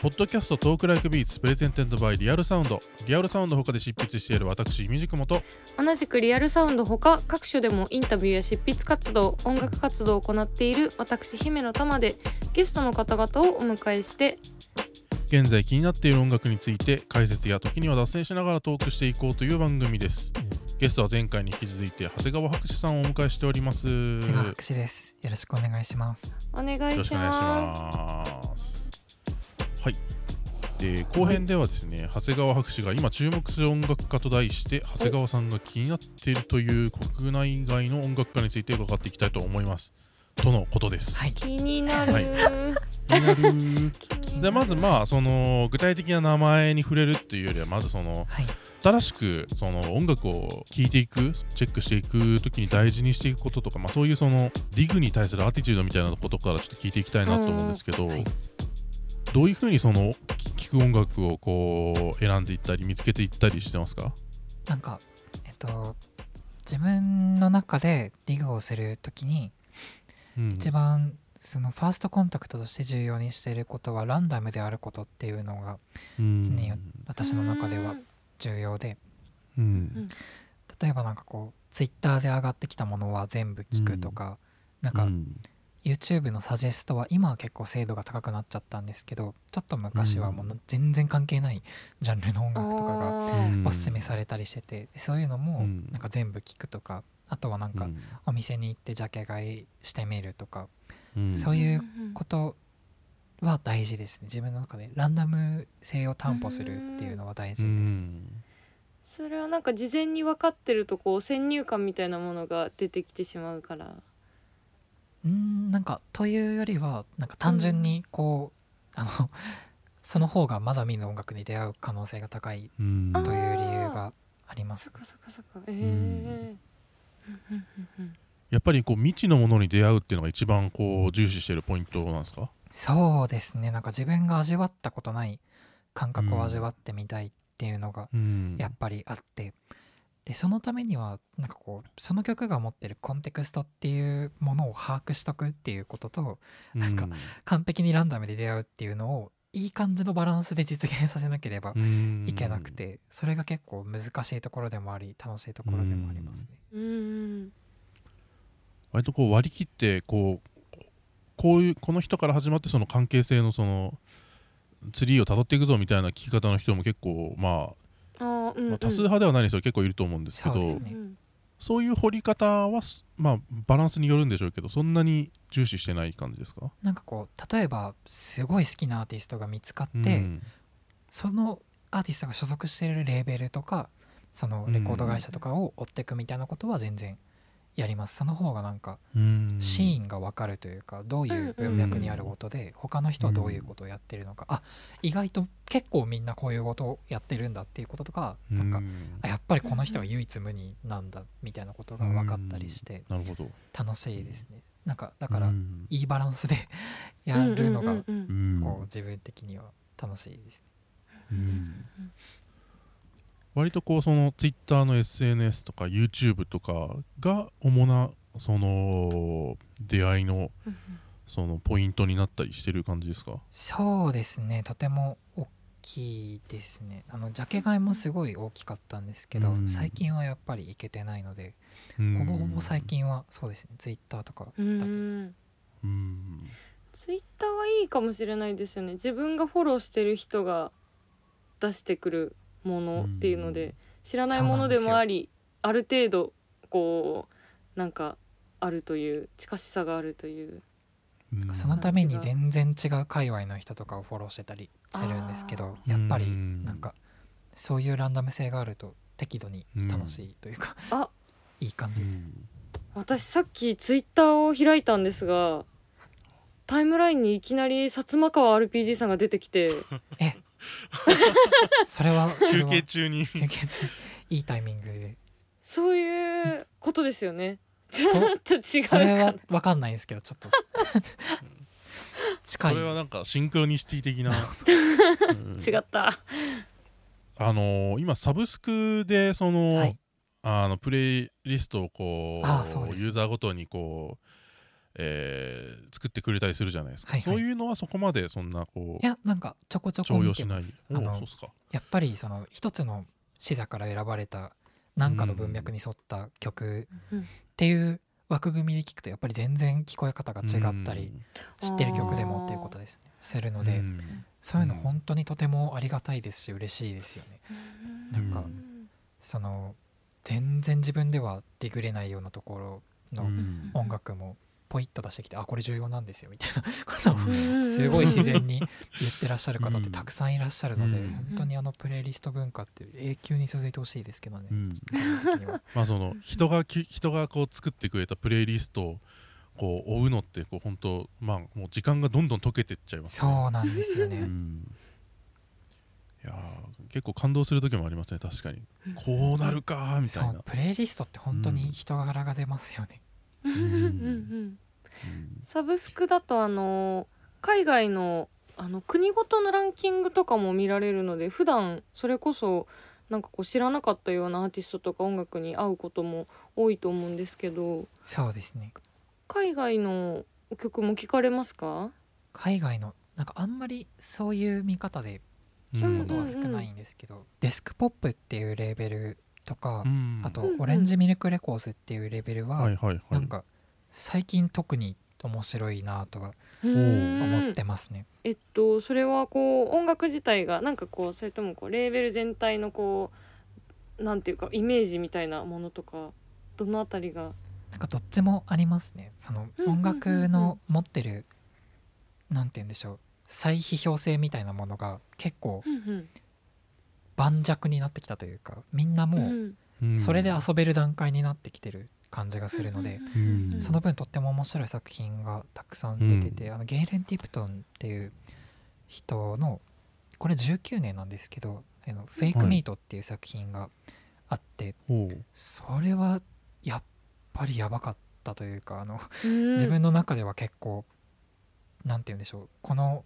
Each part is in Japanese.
ポッドキャストトークライクビーツプレゼンテッドバイリアルサウンド。リアルサウンド他で執筆している私ミュージックモと、 同じくリアルサウンド他各種でもインタビューや執筆活動、音楽活動を行っている私姫の玉でゲストの方々をお迎えして現在気になっている音楽について解説や時には脱線しながらトークしていこうという番組です。ゲストは前回に引き続いて長谷川博士さんをお迎えしております。 長谷川博士です。よろしくお願いします。 お願いします。 よろしくお願いします。はい。で後編ではですね、長谷川博士が今注目する音楽家と題して長谷川さんが気になっているという国内外の音楽家について伺っていきたいと思いますとのことです。 はい、 気になる、 はい、気になるでまずその具体的な名前に触れるっていうよりはまずその、 はい、 新しくその音楽を聴いていくチェックしていくときに大事にしていくこととか、そういうそのディグに対するアティチュードみたいなことからちょっと聞いていきたいなと思うんですけど、 はい、 どういうふうにその聴く音楽をこう選んでいったり見つけていったりしてますか？ なんか自分の中でディグをするときに、一番そのファーストコンタクトとして重要にしていることはランダムであることっていうのが常に私の中では重要で、例えばなんかこうツイッターで上がってきたものは全部聞くとか、なんかYouTube のサジェストは今は結構精度が高くなっちゃったんですけど、ちょっと昔はもう全然関係ないジャンルの音楽とかがおすすめされたりしてて、そういうのもなんか全部聞くとか、あとはなんかお店に行ってジャケ買いしてみるとか、そういうことは大事ですね。自分の中でランダム性を担保するっていうのは大事です。 それはなんか事前に分かってるとこう先入観みたいなものが出てきてしまうから、 なんかというよりはなんか単純にこう、その方がまだ見ぬ音楽に出会う可能性が高いという理由があります。 やっぱりこう未知のものに出会うっていうのが一番こう重視しているポイントなんですか？ そうですね。なんか自分が味わったことない感覚を味わってみたいっていうのがやっぱりあって、でそのためにはなんかこうその曲が持ってるコンテクストっていうものを把握しとくっていうことと、なんか完璧にランダムで出会うっていうのをいい感じのバランスで実現させなければいけなくて、それが結構難しいところでもあり楽しいところでもありますね。 割とこう割り切ってこの人から始まってその関係性のそのツリーをたどっていくぞみたいな聞き方の人も結構多数派ではないんですけど結構いると思うんですけど、そういう掘り方はバランスによるんでしょうけど、そんなに重視してない感じですか？ なんかこう例えばすごい好きなアーティストが見つかって、そのアーティストが所属しているレーベルとかそのレコード会社とかを追っていくみたいなことは全然やります。その方がなんかシーンが分かるというか、どういう文脈にある音で他の人はどういうことをやってるのか、意外と結構みんなこういうことをやってるんだっていうこととか、なんかやっぱりこの人が唯一無二なんだみたいなことが分かったりして楽しいですね。なんかだからいいバランスでやるのがこう自分的には楽しいですね。 割とこうその Twitter の SNS とか YouTube とかが主なその出会いのそのポイントになったりしてる感じですか？ そうですね、とても大きいですね。ジャケ買いもすごい大きかったんですけど、最近はやっぱり行けてないので、ほぼほぼ最近はそうですね、Twitter とかだけ。 Twitter はいいかもしれないですよね。自分がフォローしてる人が出してくるものっていうので、知らないものでもあり、ある程度こうなんかあるという近しさがあるという、 そのために全然違う界隈の人とかをフォローしてたりするんですけど、やっぱりなんかそういうランダム性があると適度に楽しいというか、いい感じです。 私さっきツイッターを開いたんですが、タイムラインにいきなり薩摩川 RPG さんが出てきてそれは休憩中にいいタイミングで、 そういうことですよね。ちょっと違うかな。 それは分かんないですけどちょっと近い。 それはなんかシンクロニシティ的な違った。 今サブスクでその、プレイリストをこう、ユーザーごとにこ作ってくれたりするじゃないですか、 はいはい、 そういうのはそこまでそんなこういやなんかちょこちょこ見てます。 そうっすか。 やっぱりその一つの視座から選ばれた何かの文脈に沿った曲っていう枠組みで聞くとやっぱり全然聞こえ方が違ったり、知ってる曲でもっていうことですねするので、そういうの本当にとてもありがたいですし嬉しいですよね。なんかその全然自分ではディグれないようなところの音楽もポイッと出してきて、あこれ重要なんですよみたいなことをすごい自然に言ってらっしゃる方ってたくさんいらっしゃるので、本当にプレイリスト文化って永久に続いてほしいですけどね、 まあその人がこう作ってくれたプレイリストをこう追うのってこう本当まあもう時間がどんどん溶けてっちゃいますね。 そうなんですよね、 いや結構感動する時もありますね。確かにこうなるかみたいな。 そうプレイリストって本当に人柄が出ますよね。 サブスクだと海外の国ごとのランキングとかも見られるので、普段それこそなんかこう知らなかったようなアーティストとか音楽に合うことも多いと思うんですけど。 そうですね、 海外の曲も聞かれますか？ 海外のなんかあんまりそういう見方で聞くことは少ないんですけど、デスクポップっていうレーベルとか、あとオレンジミルクレコーズっていうレーベルはなんか最近特に面白いなとは思ってますね。 それはこう音楽自体がなんかこう、それともこうレーベル全体のこうなんていうかイメージみたいなものとか、どのあたりが？ なんかどっちもありますね。その音楽の持ってるなんて言うんでしょう、再批評性みたいなものが結構盤石になってきたというか、みんなもうそれで遊べる段階になってきてる感じがするので、その分とっても面白い作品がたくさん出てて、ゲイレン・ティプトンっていう人のこれ19年なんですけど、フェイクミートっていう作品があって、それはやっぱりやばかったというか、自分の中では結構なんて言うんでしょう、この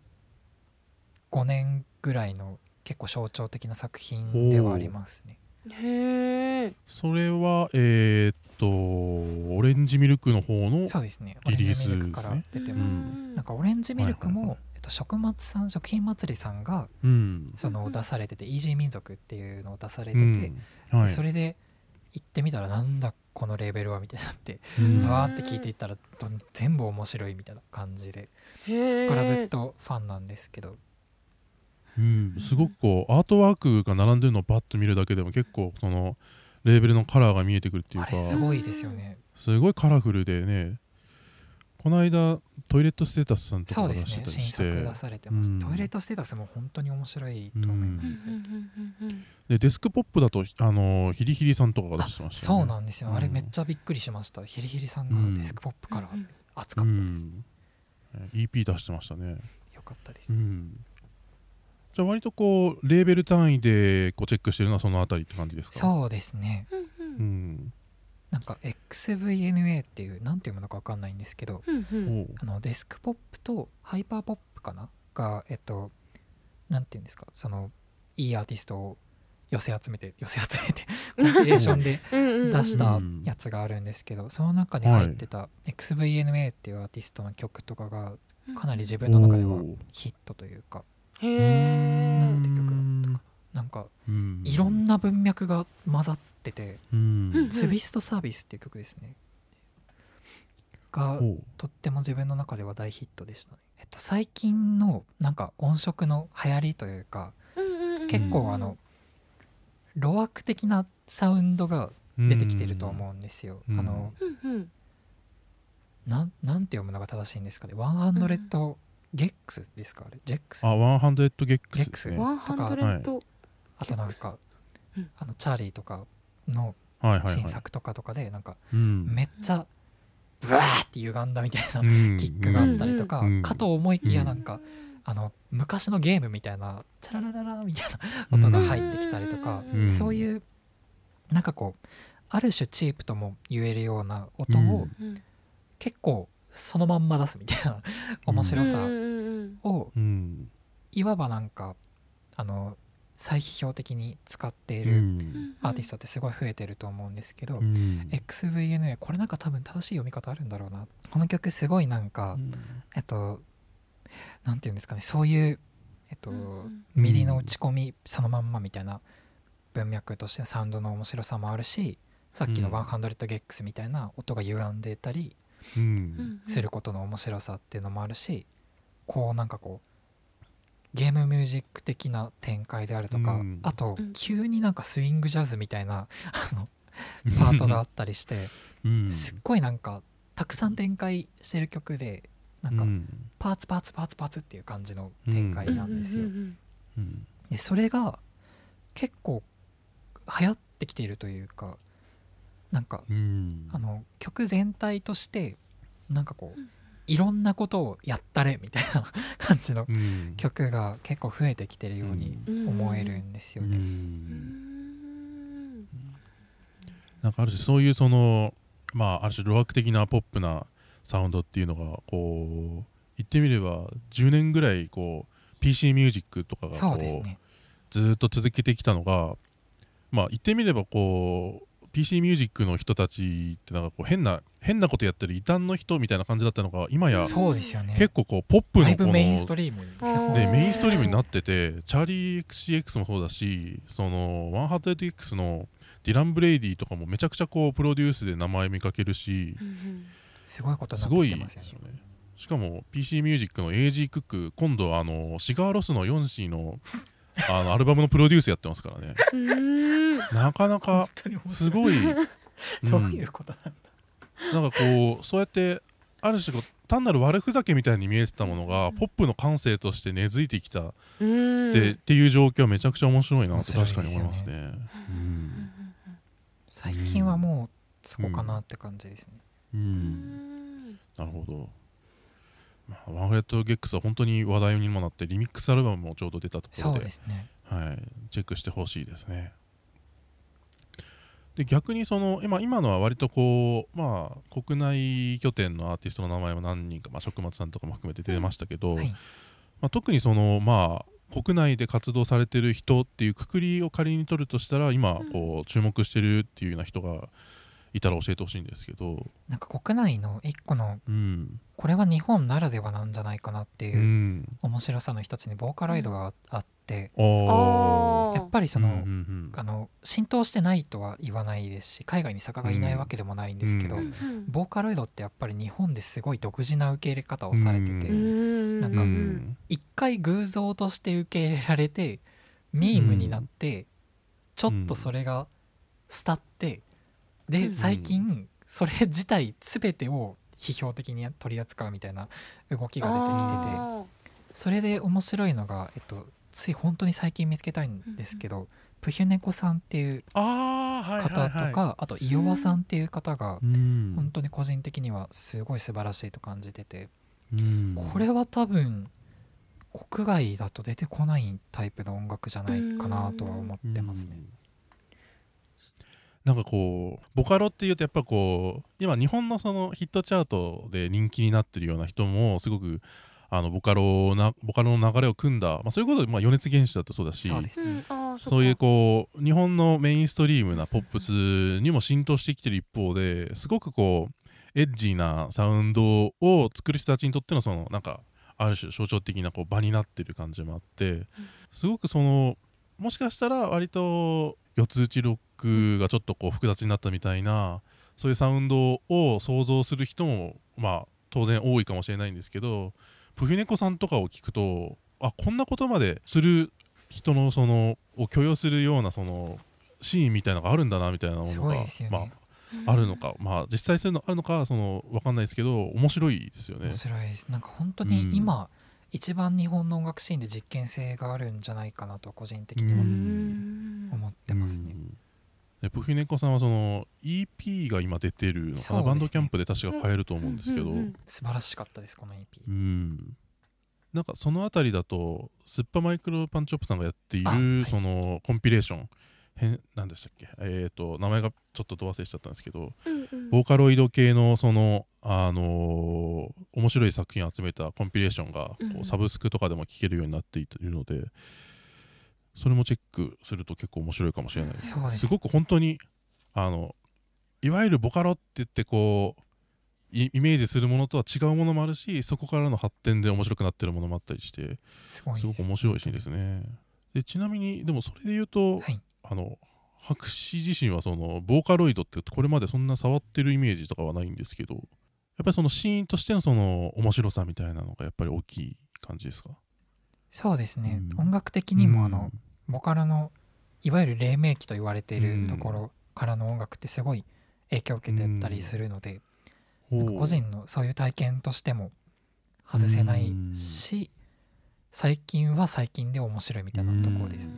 5年ぐらいの結構象徴的な作品ではありますね。 へえ。 それはオレンジミルクの方のリリースですね。 そうですね、オレンジミルクから出てますね。なんかオレンジミルクも、食品祭りさんがその出されてて、イージー民族っていうのを出されてて、それで行ってみたらなんだこのレーベルはみたいになって、わーって聞いていったら全部面白いみたいな感じで、そこからずっとファンなんですけど、 すごくこうアートワークが並んでるのをバッと見るだけでも結構そのレーベルのカラーが見えてくるっていうか、 あれすごいですよね。 すごいカラフルでね。この間トイレットステータスさんとかが出してたりして、 そうですね、新作出されてます、トイレットステータスも本当に面白いと思います。 でデスクポップだとヒリヒリさんとかが出してましたね。 そうなんですよ、あれめっちゃびっくりしました。ヒリヒリさんがデスクポップから熱かったです、 EP 出してましたね。 よかったです、 じゃあ割とこうレーベル単位でこうチェックしてるのはそのあたりって感じですか？ そうですね、なんか XVNA っていうなんていうものか分かんないんですけど、デスクポップとハイパーポップかながなんていうんですか、そのいいアーティストを寄せ集めてコンピレーションで出したやつがあるんですけど、その中に入ってた XVNA っていうアーティストの曲とかがかなり自分の中ではヒットというか、なんて曲だったかなんかいろんな文脈が混ざってて、ツイストサービスっていう曲ですねがとっても自分の中では大ヒットでしたね。最近のなんか音色の流行りというか、結構ロワック的なサウンドが出てきてると思うんですよ。なんて読むのが正しいんですかね。100ゲックスですか、あれジェックス、 100ゲックスですね。 とか、あとなんかチャーリーとかの新作とかでなんかめっちゃブワーって歪んだみたいなキックがあったりとか、かと思いきやなんか昔のゲームみたいなチャララララみたいな音が入ってきたりとか、そういうなんかこうある種チープとも言えるような音を結構そのまんま出すみたいな面白さを、いわばなんか再批評的に使っていうんるアーティストってすごい増えてると思うんですけど、 うん XVNA これなんか多分正しい読み方あるんだろうな。この曲すごいなんか、なんていうんですかね、そういうミディの打ち込みそのまんまみたいな文脈としてサウンドの面白さもあるし、さっきの 100GEX みたいな音が歪んでたりすることの面白さっていうのもあるし、こうなんかこうゲームミュージック的な展開であるとか、あと急になんかスイングジャズみたいなパートがあったりしてすっごいなんかたくさん展開してる曲で、なんかパーツパーツパーツパーツっていう感じの展開なんですよ。でそれが結構流行ってきているというか、なんか曲全体としてなんかこういろんなことをやったれみたいな感じの曲が結構増えてきてるように思えるんですよね。 なんかある種そういうそのある種ロック的なポップなサウンドっていうのがこう言ってみれば10年ぐらいこう PC ミュージックとかがこうずっと続けてきたのが、言ってみればこうPC ミュージックの人たちってなんかこう変なことやってる異端の人みたいな感じだったのが、今やそうですよね、 結構こうポップのこのメインストリームメインストリームになってて、チャーリー XCX もそうだし、その 100X のディラン・ブレイディとかもめちゃくちゃこうプロデュースで名前見かけるし、 すごいことになってきてますよね。 しかも PC ミュージックの AG クック、今度シガーロスの4子のアルバムのプロデュースやってますからね。なかなかすごいどういうことなんだ。 なんかこうそうやってある種こう単なる悪ふざけみたいに見えてたものがポップの感性として根付いてきたっていう状況はめちゃくちゃ面白いなって確かに思いますね。 最近はもうそこかなって感じですね。 なるほど。ワンフレットゲックスは本当に話題にもなってリミックスアルバムもちょうど出たところで、 そうですね、 はい、チェックしてほしいですね。で逆にその今のは割とこう、国内拠点のアーティストの名前も何人か、食松さんとかも含めて出ましたけど、特にその国内で活動されてる人っていうくくりを仮に取るとしたら、今こう注目してるっていうような人がいたら教えてほしいんですけど、 なんか国内の一個の、これは日本ならではなんじゃないかなっていう面白さの一つにボーカロイドがあって、やっぱりその、浸透してないとは言わないですし、海外に作家がいないわけでもないんですけど、ボーカロイドってやっぱり日本ですごい独自な受け入れ方をされてて、なんか一回偶像として受け入れられてミームになって、ちょっとそれが廃って、で最近それ自体全てを批評的に取り扱うみたいな動きが出てきてて、それで面白いのが、つい本当に最近見つけたいんですけど、プヒュネコさんっていう方とか、あとイオワさんっていう方が本当に個人的にはすごい素晴らしいと感じてて、これは多分国外だと出てこないタイプの音楽じゃないかなとは思ってますね。 なんかこうボカロっていうとやっぱこう今日本のそのヒットチャートで人気になってるような人もすごくボカロの流れを組んだ、そういうことで余熱原子だってそうだし、そういうこう日本のメインストリームなポップスにも浸透してきてる一方で、すごくこうエッジーなサウンドを作る人たちにとってのそのなんかある種象徴的なこう場になってる感じもあって、すごくそのもしかしたら割と四つ打ちロックがちょっとこう複雑になったみたいな、そういうサウンドを想像する人も当然多いかもしれないんですけど、プヒュネコさんとかを聞くと、こんなことまでする人のそのを許容するようなそのシーンみたいなのがあるんだなみたいなものが、あるのか、実際そういうのあるのか分かんないですけど、面白いですよね。 面白いです。なんか本当に今、一番日本の音楽シーンで実験性があるんじゃないかなと個人的には思ってますね。 でプヒュネコさんはその EP が今出てるのかな、バンドキャンプで確か買えると思うんですけど、 素晴らしかったですこの EP。 なんかそのあたりだとスッパマイクロパンチョップさんがやっているそのコンピレーション何でしたっけ、名前がちょっとど忘れしちゃったんですけど、ボーカロイド系のその面白い作品を集めたコンピレーションがこうサブスクとかでも聴けるようになっているので、 それもチェックすると結構面白いかもしれないです。 そうです。 すごく本当にいわゆるボカロって言ってこうイメージするものとは違うものもあるし、そこからの発展で面白くなってるものもあったりして、 すごいです。 すごく面白いシーンですね。でちなみにでもそれで言うと、 はい、 博士自身はそのボーカロイドってこれまでそんな触ってるイメージとかはないんですけど、やっぱりそのシーンとしてのその面白さみたいなのがやっぱり大きい感じですか？ そうですね、音楽的にもボカロのいわゆる黎明期と言われているところからの音楽ってすごい影響を受けてたりするので、なんか個人のそういう体験としても外せないし、最近は最近で面白いみたいなところですね。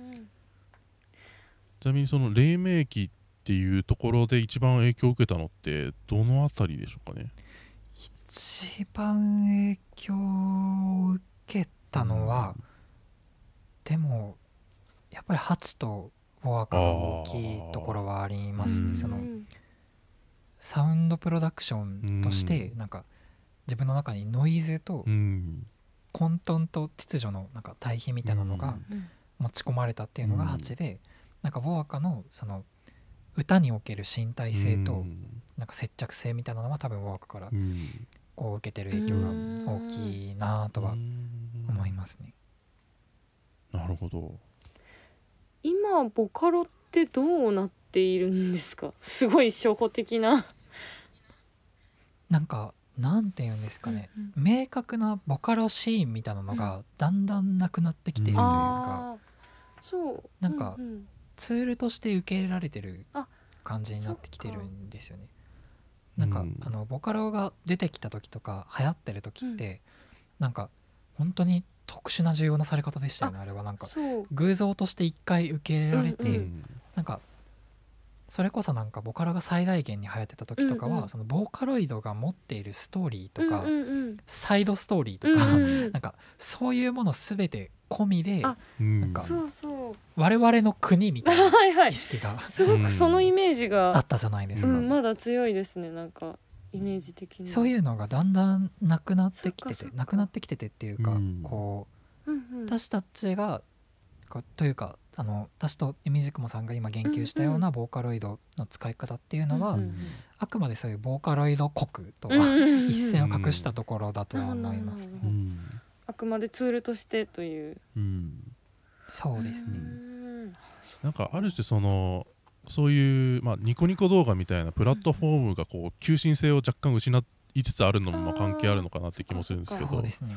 ちなみにその黎明期っていうところで一番影響を受けたのってどのあたりでしょうかね？ 一番影響を受けたのは、でもやっぱりハチとボアカが大きいところはありますね。そのサウンドプロダクションとしてなんか自分の中にノイズと混沌と秩序のなんか対比みたいなのが持ち込まれたっていうのがハチで、なんかボアカのその歌における身体性となんか接着性みたいなのは多分ボアカからこう受けてる影響が大きいなとは思いますね。 なるほど。 今ボカロってどうなっているんですか？すごい初歩的ななんかなんていうんですかね、明確なボカロシーンみたいなのがだんだんなくなってきているというか、 そうなんかツールとして受け入れられてる感じになってきてるんですよね。なんかボカロが出てきた時とか流行ってる時ってなんか本当に特殊な重要なされ方でしたよね。あれはなんか偶像として一回受け入れられて、なんかそれこそなんかボカロが最大限に流行ってた時とかは、そのボーカロイドが持っているストーリーとか、サイドストーリーとか、なんかそういうもの全て込みで、なんか我々の国みたいな意識がすごくそのイメージがあったじゃないですか。 まだ強いですね。なんかイメージ的にそういうのがだんだんなくなってきててっていうか、こう私たちがというか私とミジクモさんが今言及したようなボーカロイドの使い方っていうのは、あくまでそういうボーカロイド国とは一線を画したところだとは思いますね。 あくまでツールとしてという、 そうですね。 なんかある種そういう、ニコニコ動画みたいなプラットフォームがこう求心性を若干失いつつあるのも関係あるのかなって気もするんですけど、 そうですね。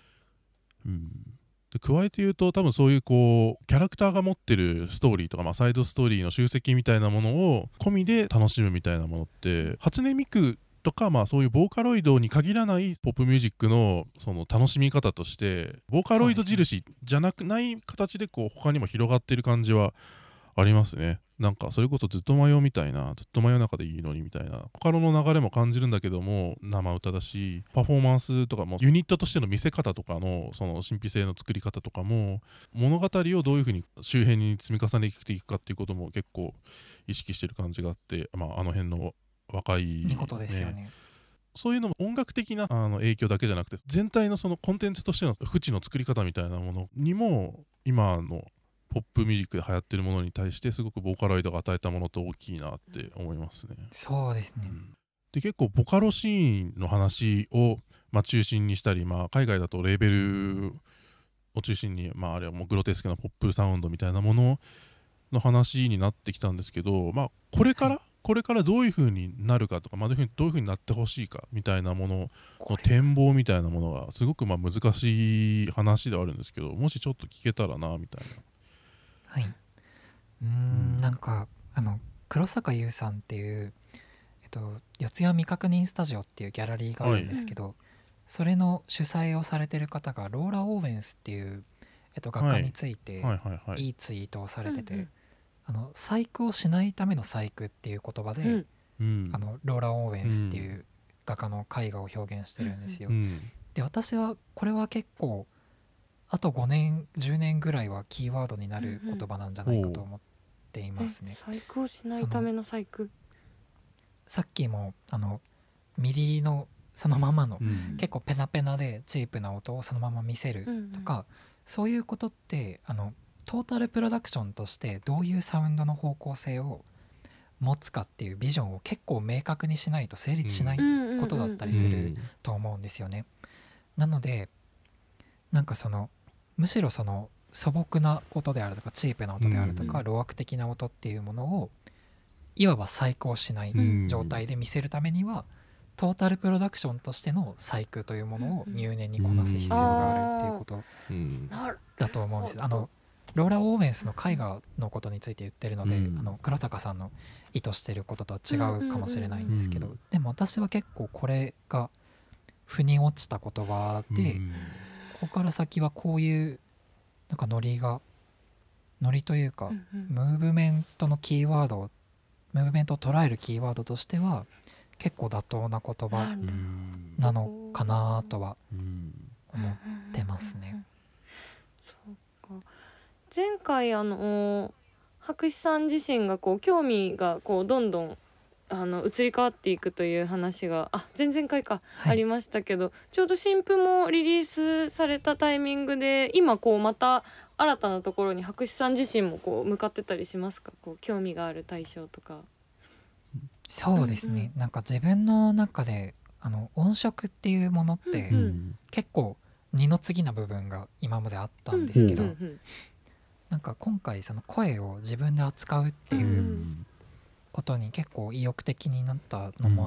で加えて言うと多分そういうこうキャラクターが持ってるストーリーとか、サイドストーリーの集積みたいなものを込みで楽しむみたいなものって初音ミクとか、そういうボーカロイドに限らないポップミュージックのその楽しみ方としてボーカロイド印じゃない形でこう他にも広がってる感じはありますね。なんかそれこそずっと迷うみたいな、ずっと真夜中でいいのにみたいなボカロの流れも感じるんだけども生歌だし、パフォーマンスとかもユニットとしての見せ方とかのその神秘性の作り方とかも物語をどういうふうに周辺に積み重ねていくかっていうことも結構意識してる感じがあって、あの辺の若い、 いいことですよね。 そういうのも音楽的な影響だけじゃなくて全体のそのコンテンツとしての縁の作り方みたいなものにも今のポップミュージックで流行ってるものに対してすごくボーカロイドが与えたものと大きいなって思いますね。 そうですね。 で結構ボカロシーンの話を、中心にしたり、海外だとレーベルを中心に、あれはもうグロテスクなポップサウンドみたいなものの話になってきたんですけど、これからどういう風になるかとか、どういう風になってほしいかみたいなものの展望みたいなものがすごく難しい話ではあるんですけど、もしちょっと聞けたらなみたいな。 はい、なんか黒坂優さんっていう、四谷未確認スタジオっていうギャラリーがあるんですけど、それの主催をされてる方がローラ・オーウェンスっていう、画家についていいツイートをされてて、細工をしないための細工っていう言葉で、ローラ・オーウェンスっていう画家の絵画を表現してるんですよ。で私はこれは結構あと5年10年ぐらいはキーワードになる言葉なんじゃないかと思っていますね。 細工をしないための細工。 さっきもミディのそのままの、結構ペナペナでチープな音をそのまま見せるとか、そういうことってトータルプロダクションとしてどういうサウンドの方向性を持つかっていうビジョンを結構明確にしないと成立しないことだったりすると思うんですよね。なのでなんかむしろ素朴な音であるとかチープな音であるとかロアク的な音っていうものをいわば再考しない状態で見せるためにはトータルプロダクションとしての細工というものを入念にこなす必要があるっていうことだと思うんです。ローラ・オーウェンスの絵画のことについて言ってるので、黒高さんの意図してることとは違うかもしれないんですけど、でも私は結構これが腑に落ちた言葉で、ここから先はこういうなんかノリというか、ムーブメントのキーワード、ムーブメントを捉えるキーワードとしては結構妥当な言葉なのかなとは思ってますね。 そうか。前回博士さん自身が興味がどんどん移り変わっていくという話が前々回か、ありましたけど、ちょうど新譜もリリースされたタイミングで今また新たなところに博士さん自身も向かってたりしますか？興味がある対象とか。 そうですね、なんか自分の中で音色っていうものって結構二の次な部分が今まであったんですけど、なんか今回声を自分で扱うっていうことに結構意欲的になったのもあって、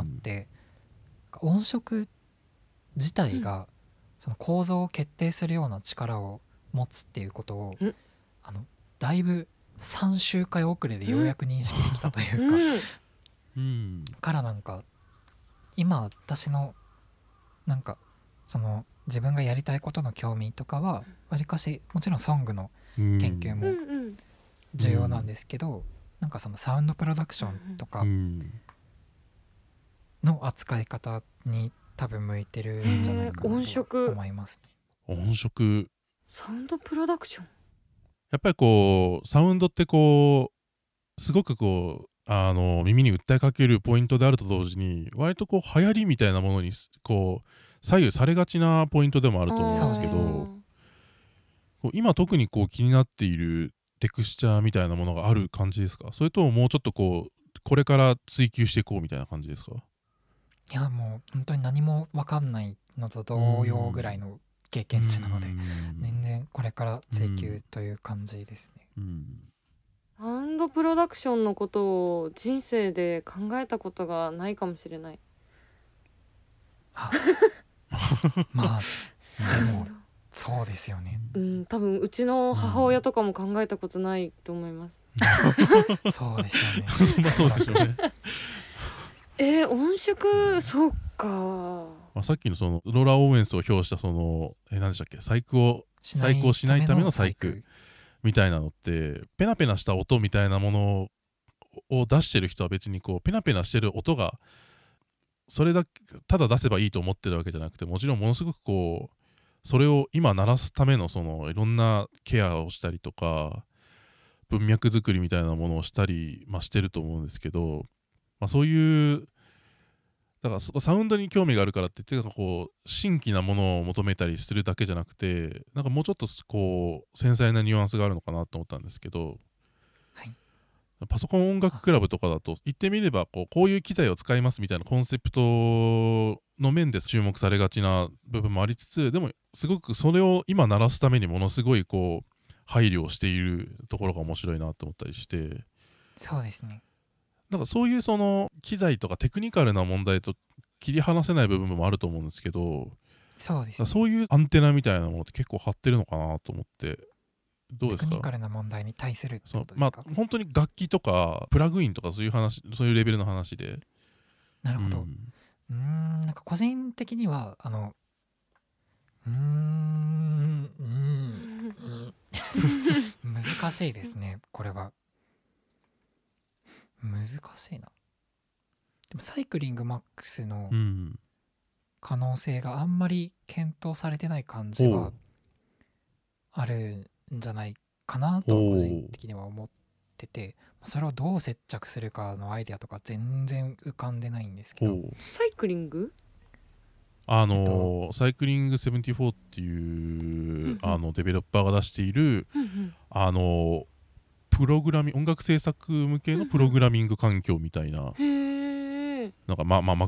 音色自体がその構造を決定するような力を持つっていうことをだいぶ3周回遅れでようやく認識できたというか、からなんか今私のなんか自分がやりたいことの興味とかはわりかしもちろんソングの研究も重要なんですけど、なんかサウンドプロダクションとかの扱い方に多分向いてるんじゃないかなと思いますね。 音色、 サウンドプロダクション、 やっぱりサウンドってすごく耳に訴えかけるポイントであると同時に割と流行りみたいなものに左右されがちなポイントでもあると思うんですけど、今特に気になっているテクスチャーみたいなものがある感じですか？それとももうちょっとこれから追求していこうみたいな感じですか？ いやもう本当に何も分かんないのと同様ぐらいの経験値なので、全然これから追求という感じですね。 サウンドプロダクションのことを人生で考えたことがないかもしれない。 まあでもそうですよね。 多分うちの母親とかも考えたことないと思います。 そうですよね。 そうですよね。 音色、そうか。 さっきのローラ・オーウェンスを表した何でしたっけ、細工しないための細工みたいなのって、ペナペナした音みたいなものを出してる人は別にペナペナしてる音がそれだけただ出せばいいと思ってるわけじゃなくて、もちろんものすごくそれを今鳴らすためのいろんなケアをしたりとか文脈作りみたいなものをしたり、してると思うんですけど、そういうだからサウンドに興味があるからって言って新規なものを求めたりするだけじゃなくて、なんかもうちょっと繊細なニュアンスがあるのかなと思ったんですけど、パソコン音楽クラブとかだと言ってみればこういう機材を使いますみたいなコンセプトの面で注目されがちな部分もありつつ、でもすごくそれを今鳴らすためにものすごい配慮をしているところが面白いなと思ったりして。 そうですね。 なんかそういう機材とかテクニカルな問題と切り離せない部分もあると思うんですけど、 そうですね。 そういうアンテナみたいなものって結構張ってるのかなと思って、どうですか？ テクニカルな問題に対するってことですか？ 本当に楽器とかプラグインとかそういう話、そういうレベルの話で。 なるほど。なんか個人的には難しいですね。これは難しいな。でもサイクリングマックスの可能性があんまり検討されてない感じはあるんじゃないかなと個人的には思ってて、それをどう接着するかのアイデアとか全然浮かんでないんですけど。 サイクリングサイクリング74っていうデベロッパーが出しているプログラミング音楽制作向けのプログラミング環境みたいな、なんか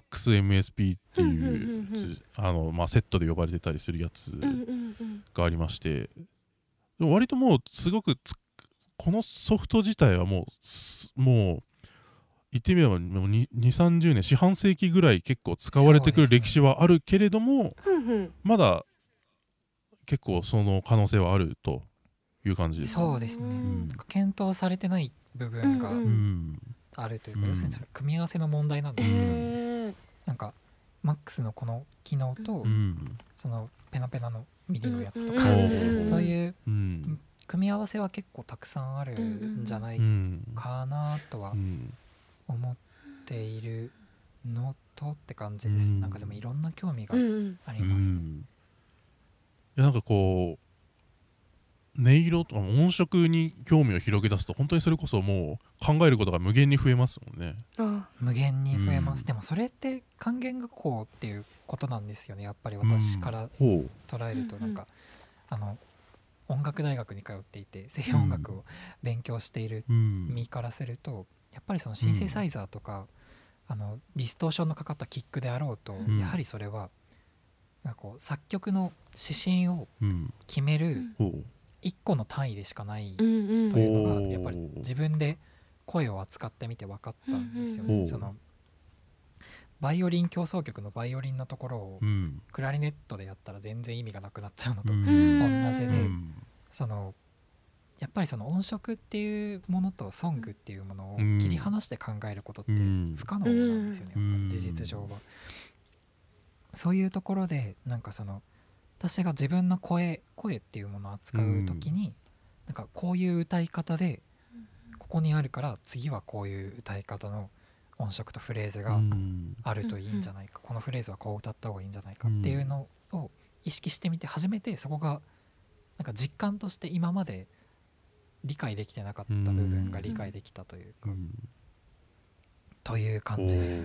MaxMSP っていうセットで呼ばれてたりするやつがありまして、でも割ともうすごくこのソフト自体はもう言ってみれば2、30年四半世紀ぐらい結構使われてくる歴史はあるけれども、まだ結構その可能性はあるという感じです。 そうですね、検討されてない部分があるというか、要するにそれ組み合わせの問題なんですけど、なんか MAX のこの機能と、そのペナペナのミディのやつとか、そういう組み合わせは結構たくさんあるんじゃないかなとは思っているのとって感じです。なんかでもいろんな興味がありますね。 いやなんかこう音色とか音色に興味を広げ出すと本当にそれこそもう考えることが無限に増えますもんね。 無限に増えます。でもそれって還元学校っていうことなんですよね、やっぱり私から捉えると。なんか音楽大学に通っていて西洋音楽を勉強している身からすると、やっぱりそのシンセサイザーとか、ディストーションのかかったキックであろうと、やはりそれはなんかこう作曲の指針を決める一個の単位でしかないというのがやっぱり自分で声を扱ってみて分かったんですよね。そのバイオリン協奏曲のバイオリンのところをクラリネットでやったら全然意味がなくなっちゃうのと同じで、そのやっぱりその音色っていうものとソングっていうものを切り離して考えることって不可能なんですよね、やっぱり事実上は。そういうところでなんかその私が自分の声っていうものを扱う時に、なんかこういう歌い方でここにあるから次はこういう歌い方の音色とフレーズがあるといいんじゃないか、このフレーズはこう歌った方がいいんじゃないかっていうのを意識してみて初めてそこがなんか実感として今まで理解できてなかった部分が理解できたというか、という感じです。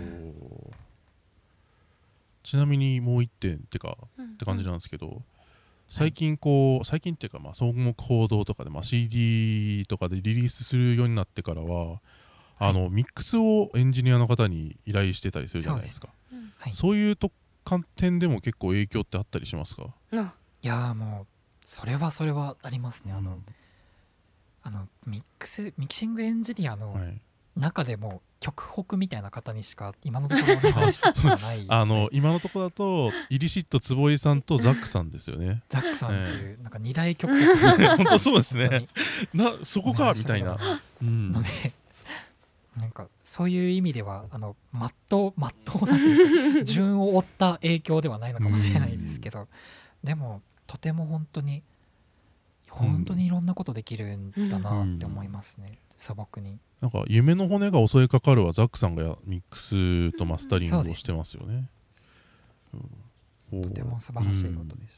ちなみにもう一点って感じなんですけど、最近っていうか双目報道とかでCD とかでリリースするようになってからはミックスをエンジニアの方に依頼してたりするじゃないですか。そういう観点でも結構影響ってあったりしますか？ いやもうそれはありますね。ミキシングエンジニアの中でも曲北みたいな方にしか今のところお願いしたことがない今のところだとイリシット坪井さんとザックさんですよね。 ザックさんっていう、なんか2大曲北本当そうですね。そこかみたいなので、なんかそういう意味ではまっとうなというか順を追った影響ではないのかもしれないですけど、でもとても本当にいろんなことできるんだなって思いますね、素朴に。 なんか夢の骨が襲いかかるはザックさんがミックスとマスタリングをしてますよね。 とても素晴らしいことでした。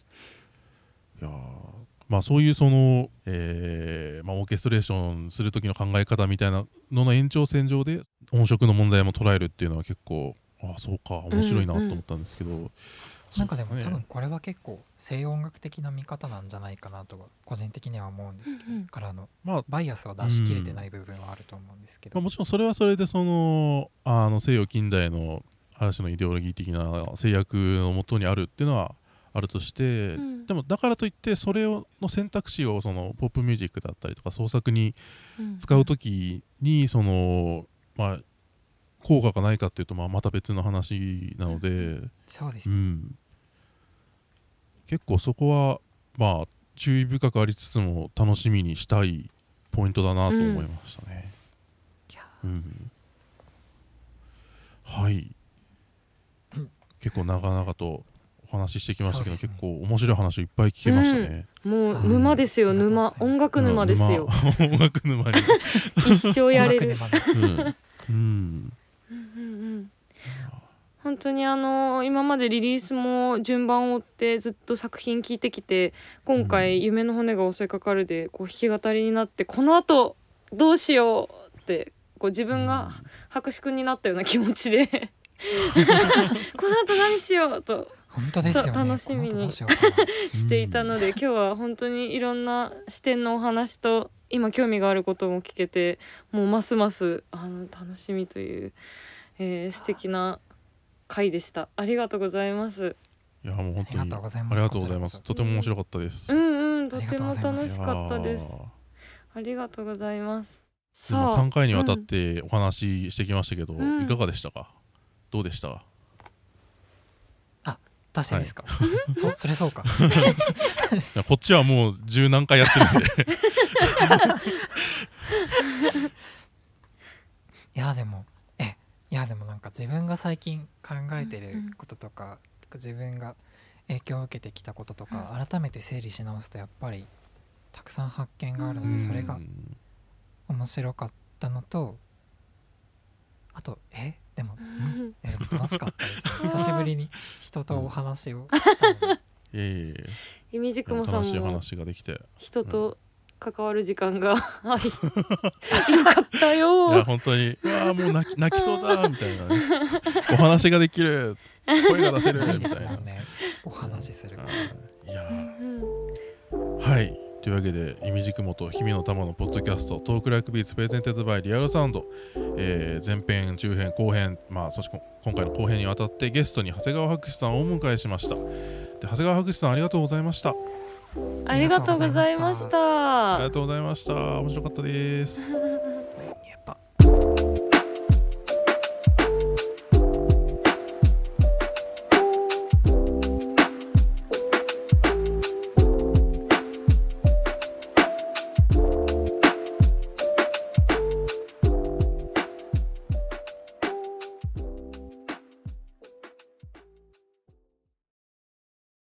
いやそういうその、オーケストレーションする時の考え方みたいなのの延長線上で音色の問題も捉えるっていうのは結構そうか面白いなと思ったんですけど、 なんかでも多分これは結構西洋音楽的な見方なんじゃないかなとは個人的には思うんですけど、からバイアスを出し切れてない部分はあると思うんですけど、 もちろんそれはそれでその西洋近代のある種のイデオロギー的な制約のもとにあるっていうのはあるとして、でもだからといってそれの選択肢をそのポップミュージックだったりとか創作に使うときにその効果がないかっていうとまた別の話なので、 そうですね、 結構そこは注意深くありつつも楽しみにしたいポイントだなと思いましたね。はい、結構長々とお話ししてきましたけど、結構面白い話をいっぱい聞けましたね。 もう沼ですよ、音楽沼ですよ。 音楽沼に一生やれる。本当に今までリリースも順番を追ってずっと作品聴いてきて、今回夢の骨が襲いかかるで弾き語りになって、この後どうしようって自分が白紙君になったような気持ちでこの後何しようと本当ですよね。 そう楽しみにこの後どうしようかなしていたので、今日は本当にいろんな視点のお話と今興味があることも聞けて、もうますます楽しみという、素敵な回でした。ありがとうございます。 いやもう本当にありがとうございます。 ありがとうございます。 こちらことても面白かったです。 とても楽しかったです。ありがとうございます。 でも3回にわたってお話ししてきましたけど、いかがでしたか？どうでしたか？ 私ですか？それそうか。 こっちはもう十何回やってるんでいやでもなんか自分が最近考えてることとか、自分が影響を受けてきたこととか、改めて整理し直すとやっぱりたくさん発見があるので、それが面白かったのと、あとでも楽しかったですね。久しぶりに人とお話をしたので。 いみじくもさん楽しいも話ができて、 人と関わる時間がありよかったよ。 いや本当にもう泣きそうだみたいなねお話ができる、声が出せるみたいなね、お話しする。 いやはいというわけで、いみじくもと日々の玉のポッドキャストトークライクビーツプレゼンテッドバイリアルサウンド、前編中編後編、そして今回の後編にわたってゲストに長谷川博士さんをお迎えしました。で長谷川博士さんありがとうございました。 ありがとうございました。 ありがとうございました。面白かったです。